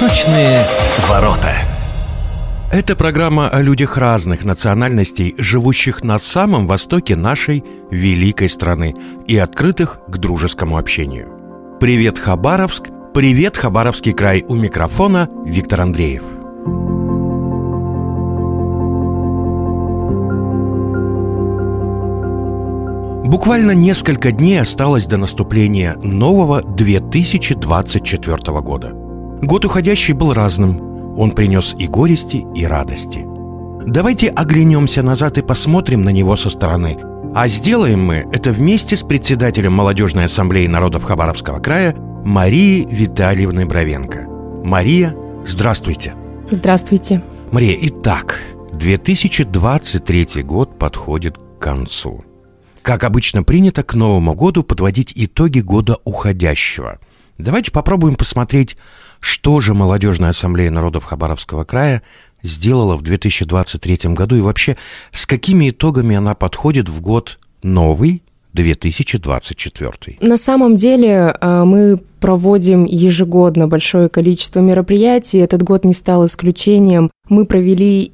Восточные ворота. Это программа о людях разных национальностей, живущих на самом востоке нашей великой страны и открытых к дружескому общению. Привет, Хабаровск! Привет, Хабаровский край! У микрофона Виктор Андреев. Буквально несколько дней осталось до наступления нового 2024 года. Год уходящий был разным. Он принес и горести, и радости. Давайте оглянемся назад и посмотрим на него со стороны. А сделаем мы это вместе с председателем Молодежной ассамблеи народов Хабаровского края Марией Витальевной Бровенко. Мария, здравствуйте. Здравствуйте. Мария, итак, 2023 год подходит к концу. Как обычно принято, к Новому году подводить итоги года уходящего. Давайте попробуем посмотреть, что же Молодежная ассамблея народов Хабаровского края сделала в 2023 году и вообще с какими итогами она подходит в год новый, 2024. На самом деле мы проводим ежегодно большое количество мероприятий. Этот год не стал исключением. Мы провели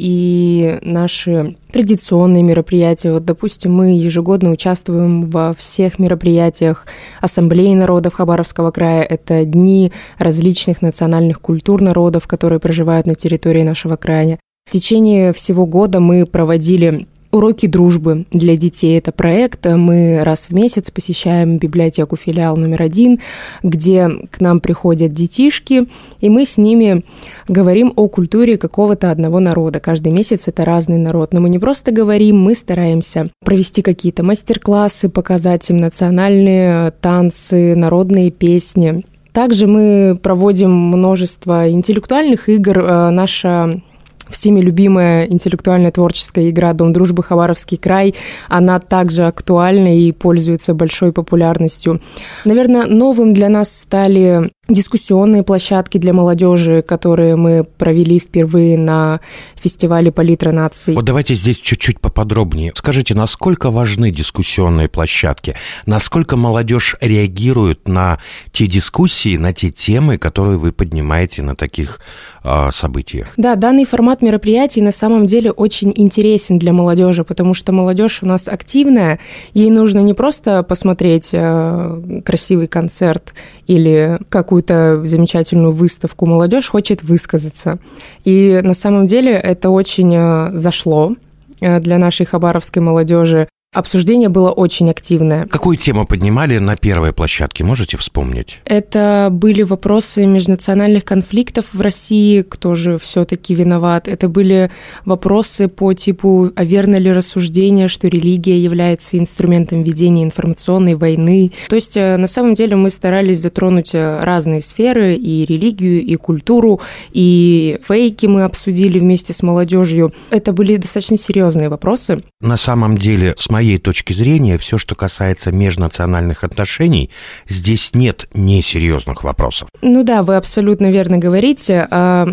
и наши традиционные мероприятия. Вот, допустим, мы ежегодно участвуем во всех мероприятиях Ассамблеи народов Хабаровского края. Это дни различных национальных культур народов, которые проживают на территории нашего края. В течение всего года мы проводили уроки дружбы для детей. Это проект. Мы раз в месяц посещаем библиотеку филиал номер 1, где к нам приходят детишки, и мы с ними говорим о культуре какого-то одного народа. Каждый месяц это разный народ. Но мы не просто говорим, мы стараемся провести какие-то мастер-классы, показать им национальные танцы, народные песни. Также мы проводим множество интеллектуальных игр. Наша всеми любимая интеллектуальная творческая игра «Дом дружбы. Хабаровский край», она также актуальна и пользуется большой популярностью. Наверное, новым для нас стали дискуссионные площадки для молодежи, которые мы провели впервые на фестивале «Палитра наций». Вот давайте здесь чуть-чуть поподробнее. Скажите, насколько важны дискуссионные площадки? Насколько молодежь реагирует на те дискуссии, на те темы, которые вы поднимаете на таких событиях? Да, данный формат мероприятий на самом деле очень интересен для молодежи, потому что молодежь у нас активная, ей нужно не просто посмотреть красивый концерт или какую-то замечательную выставку, молодежь хочет высказаться. И на самом деле это очень зашло для нашей хабаровской молодежи. Обсуждение было очень активное. Какую тему поднимали на первой площадке, можете вспомнить? Это были вопросы межнациональных конфликтов в России, кто же все-таки виноват. Это были вопросы по типу, а верно ли рассуждение, что религия является инструментом ведения информационной войны. То есть, на самом деле, мы старались затронуть разные сферы, и религию, и культуру, и фейки мы обсудили вместе с молодежью. Это были достаточно серьезные вопросы. На самом деле, с моей точки зрения, все, что касается межнациональных отношений, здесь нет несерьезных вопросов. Ну да, вы абсолютно верно говорите.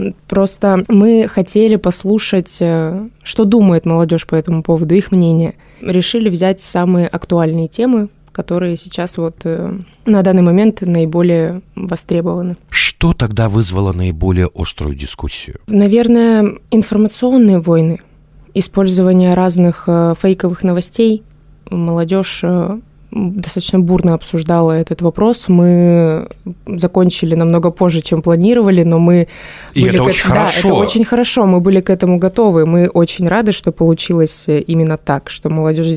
Просто мы хотели послушать, что думает молодежь по этому поводу, их мнение. Решили взять самые актуальные темы, которые сейчас вот на данный момент наиболее востребованы. Что тогда вызвало наиболее острую дискуссию? Наверное, информационные войны. Использование разных фейковых новостей. Молодежь достаточно бурно обсуждала этот вопрос. Мы закончили намного позже, чем планировали, но мы... Это очень хорошо. Да, это очень хорошо. Мы были к этому готовы. Мы очень рады, что получилось именно так, что молодежи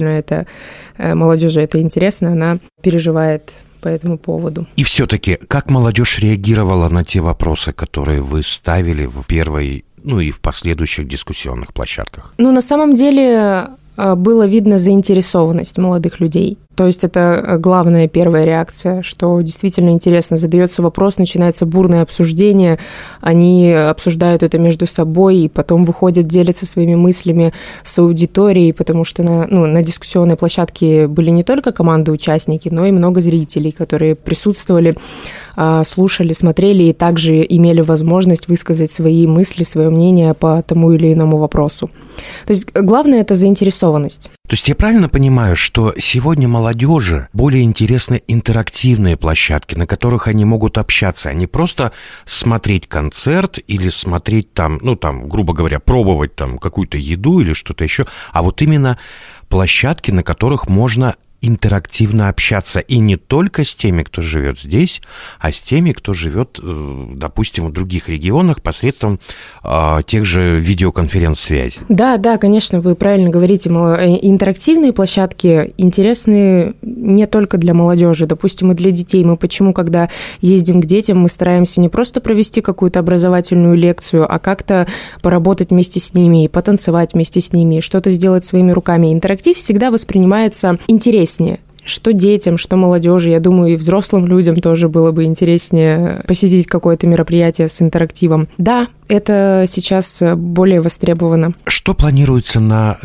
это интересно, она переживает по этому поводу. И все-таки, как молодежь реагировала на те вопросы, которые вы ставили в первой, и в последующих дискуссионных площадках? На самом деле было видно заинтересованность молодых людей. То есть это главная первая реакция, что действительно интересно. Задается вопрос, начинается бурное обсуждение, они обсуждают это между собой и потом выходят, делятся своими мыслями с аудиторией, потому что на дискуссионной площадке были не только команды-участники, но и много зрителей, которые присутствовали. слушали, смотрели и также имели возможность высказать свои мысли, свое мнение по тому или иному вопросу. То есть главное – это заинтересованность. То есть я правильно понимаю, что сегодня молодежи более интересны интерактивные площадки, на которых они могут общаться, а не просто смотреть концерт или смотреть там, грубо говоря, пробовать там какую-то еду или что-то еще, а вот именно площадки, на которых можно интерактивно общаться, и не только с теми, кто живет здесь, а с теми, кто живет, допустим, в других регионах посредством тех же видеоконференц-связей. Да, конечно, вы правильно говорите. Интерактивные площадки интересны не только для молодежи, допустим, и для детей. Мы почему, когда ездим к детям, мы стараемся не просто провести какую-то образовательную лекцию, а как-то поработать вместе с ними, и потанцевать вместе с ними, и что-то сделать своими руками. Интерактив всегда воспринимается интереснее. Что детям, что молодежи, я думаю, и взрослым людям тоже было бы интереснее посетить какое-то мероприятие с интерактивом. Да, это сейчас более востребовано. Что планируется на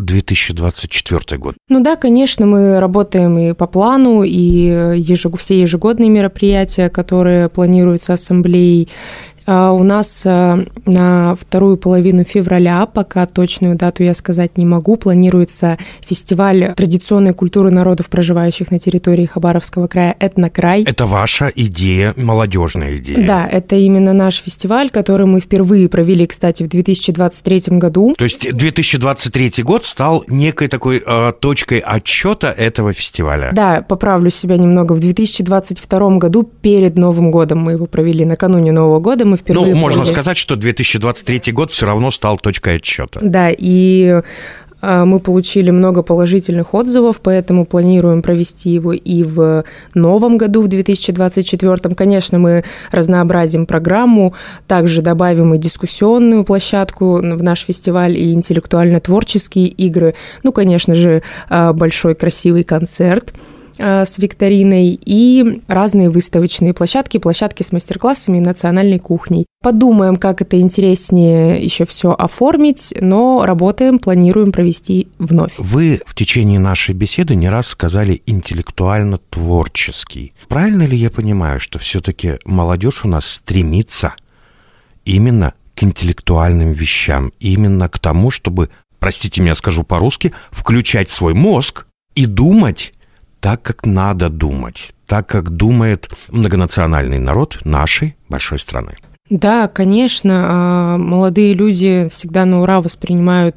2024 год? Да, конечно, мы работаем и по плану, и все ежегодные мероприятия, которые планируются ассамблеей. У нас на вторую половину февраля, пока точную дату я сказать не могу, планируется фестиваль традиционной культуры народов, проживающих на территории Хабаровского края «Этнокрай». Это ваша идея, молодежная идея? Да, это именно наш фестиваль, который мы впервые провели, кстати, в 2023 году. То есть 2023 год стал некой такой точкой отсчета этого фестиваля? Да, поправлю себя немного. В 2022 году, перед Новым годом, мы его провели, накануне Нового года мы впервые можно сказать, что 2023 год все равно стал точкой отсчета. Да, и мы получили много положительных отзывов, поэтому планируем провести его и в новом году, в 2024. Конечно, мы разнообразим программу, также добавим и дискуссионную площадку в наш фестиваль, и интеллектуально-творческие игры, конечно же, большой красивый концерт с викториной и разные выставочные площадки с мастер-классами и национальной кухней. Подумаем, как это интереснее еще все оформить, но работаем, планируем провести вновь. Вы в течение нашей беседы не раз сказали интеллектуально-творческий. Правильно ли я понимаю, что все-таки молодежь у нас стремится именно к интеллектуальным вещам, именно к тому, чтобы, простите меня, скажу по-русски, включать свой мозг и думать так, как надо думать, так, как думает многонациональный народ нашей большой страны? Да, конечно, молодые люди всегда на ура воспринимают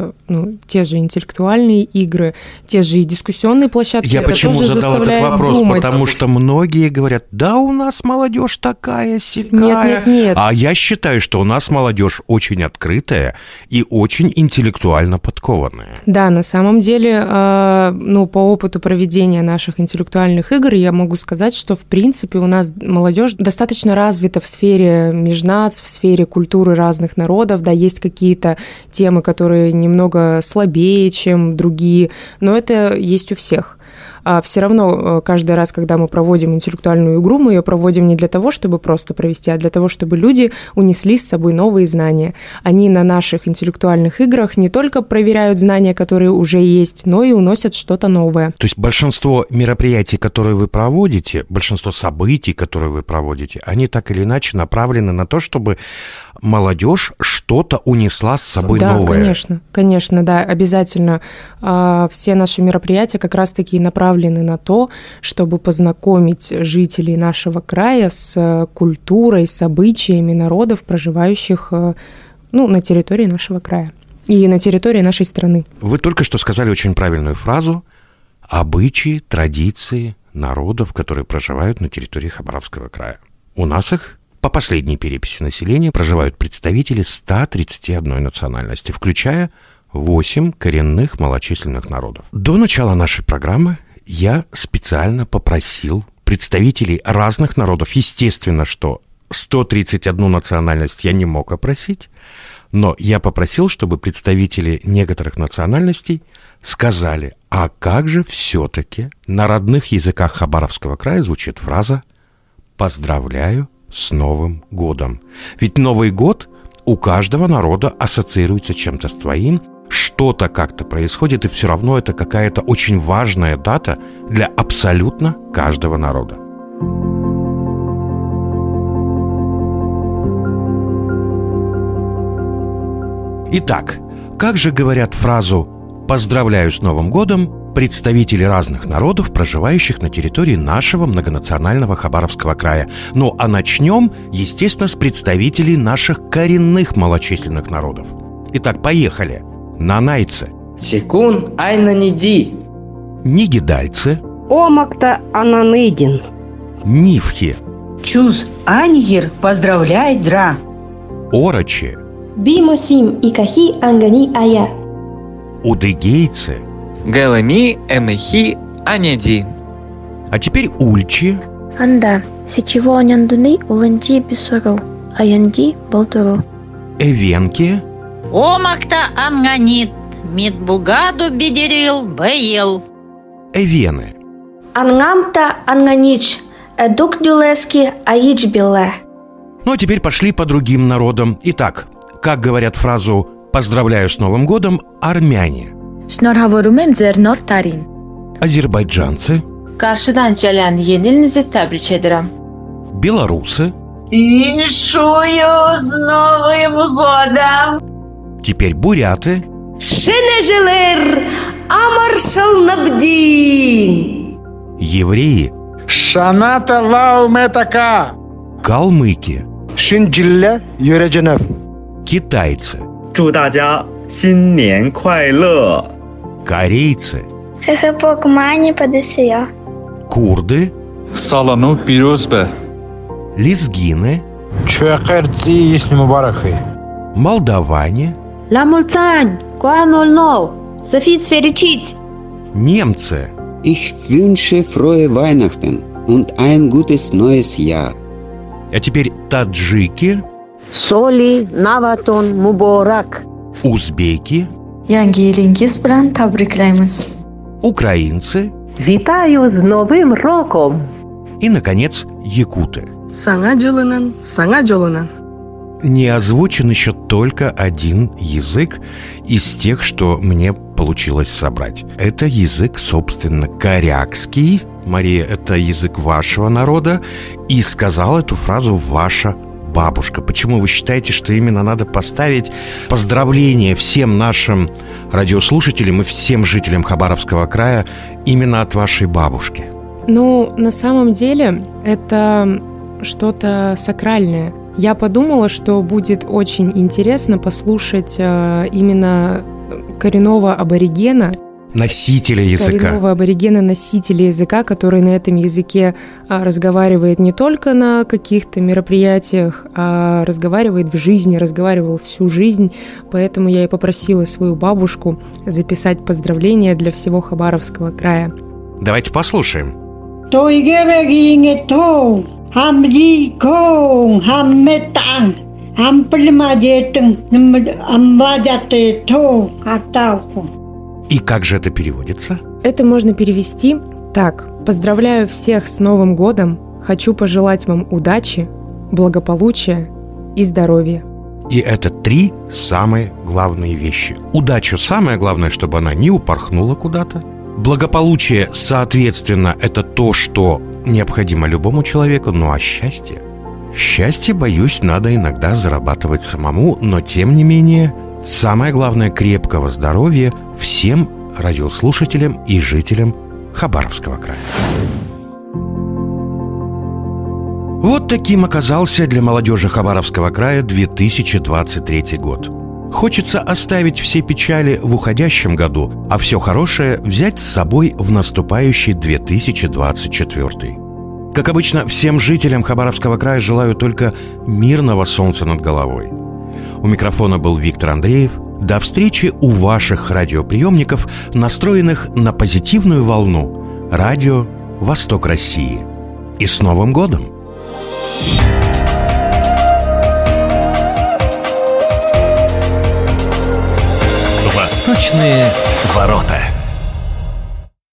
те же интеллектуальные игры, те же и дискуссионные площадки. Я почему задал этот вопрос? Думать. Потому что многие говорят, да, у нас молодежь такая-сякая. Нет. А я считаю, что у нас молодежь очень открытая и очень интеллектуально подкованная. Да, на самом деле, по опыту проведения наших интеллектуальных игр я могу сказать, что, в принципе, у нас молодежь достаточно развита в сфере межнац, в сфере культуры разных народов, да, есть какие-то темы, которые немного слабее, чем другие, но это есть у всех. А все равно каждый раз, когда мы проводим интеллектуальную игру, мы ее проводим не для того, чтобы просто провести, а для того, чтобы люди унесли с собой новые знания. Они на наших интеллектуальных играх не только проверяют знания, которые уже есть, но и уносят что-то новое. То есть большинство мероприятий, которые вы проводите, большинство событий, которые вы проводите, они так или иначе направлены на то, чтобы молодежь что-то унесла с собой новое. Да, конечно, да, обязательно. Все наши мероприятия как раз-таки направлены на то, чтобы познакомить жителей нашего края с культурой, с обычаями народов, проживающих на территории нашего края и на территории нашей страны. Вы только что сказали очень правильную фразу: обычаи, традиции народов, которые проживают на территории Хабаровского края. У нас их, по последней переписи населения, проживают представители 131 национальности, включая 8 коренных малочисленных народов. До начала нашей программы я специально попросил представителей разных народов. Естественно, что 131 национальность я не мог опросить, но я попросил, чтобы представители некоторых национальностей сказали, а как же все-таки на родных языках Хабаровского края звучит фраза «Поздравляю с Новым годом». Ведь Новый год у каждого народа ассоциируется чем-то с твоим, что-то как-то происходит, и все равно это какая-то очень важная дата для абсолютно каждого народа. Итак, как же говорят фразу «поздравляю с Новым годом» представители разных народов, проживающих на территории нашего многонационального Хабаровского края? Ну, а начнем, естественно, с представителей наших коренных малочисленных народов. Итак, поехали. Нанайцы. Секун айнаниди. Нигидальцы. Омакта ананидин. Нивхи. Чуз аньгир поздравляй дра. Орочи. Бимосим икахи ангани ая. Удыгейцы. Гэлэми эмэхи анеди. А теперь ульчи. Анда, сечево аняндуны уланди бисору, аянди болдуру. Эвенки. Омакта анганит, мидбугаду бедерил бэел. Эвены. Ангамта анганич, эдук дюлески аич биле. Ну а теперь пошли по другим народам. Итак, как говорят фразу «поздравляю с Новым годом» армяне? Азербайджанцы. Karşıdan gelen yenilinizi tebrik ederim. Белорусы. Вишую с Новым годом! Теперь буряты. Шенежелер амаршал набдин. Евреи. Шаната вауметака. Калмыки. Шинджилля юреженев. Китайцы. 祝大家新年快乐 Корейцы. Курды. Салану пирозбе. Лезгины. Чуакерци есть мубарахи. Молдаване. La mulți ani, cu anul nou, să fiți fericiți. Немцы. Ich wünsche frohe Weihnachten und ein gutes neues Jahr. А теперь таджики. Soli Navaton Muborak. Узбеки. Yangi yılınız bilen tebriklerimiz. Украинцы. Вітаю з Новим роком. И, наконец, якуты. Саңа-джолынан. Не озвучен еще только один язык из тех, что мне получилось собрать. Это язык, собственно, корякский. Мария, это язык вашего народа. И сказала эту фразу ваша бабушка. Почему вы считаете, что именно надо поставить поздравление всем нашим радиослушателям и всем жителям Хабаровского края именно от вашей бабушки? Ну, на самом деле, это что-то сакральное. Я подумала, что будет очень интересно послушать именно коренного аборигена, носителя языка. Коренного аборигена, носителя языка, который на этом языке разговаривает не только на каких-то мероприятиях, а разговаривает в жизни, разговаривал всю жизнь. Поэтому я и попросила свою бабушку записать поздравления для всего Хабаровского края. Давайте послушаем. И как же это переводится? Это можно перевести так. Поздравляю всех с Новым годом. Хочу пожелать вам удачи, благополучия и здоровья. И это 3 самые главные вещи. Удачу самое главное, чтобы она не упорхнула куда-то. Благополучие, соответственно, это то, что необходимо любому человеку. Ну а счастье? Счастье, боюсь, надо иногда зарабатывать самому, но тем не менее, самое главное — крепкого здоровья всем радиослушателям и жителям Хабаровского края. Вот таким оказался для молодежи Хабаровского края 2023 год. Хочется оставить все печали в уходящем году, а все хорошее взять с собой в наступающий 2024. Как обычно, всем жителям Хабаровского края желаю только мирного солнца над головой. У микрофона был Виктор Андреев. До встречи у ваших радиоприемников, настроенных на позитивную волну. Радио «Восток России». И с Новым годом! Восточные ворота.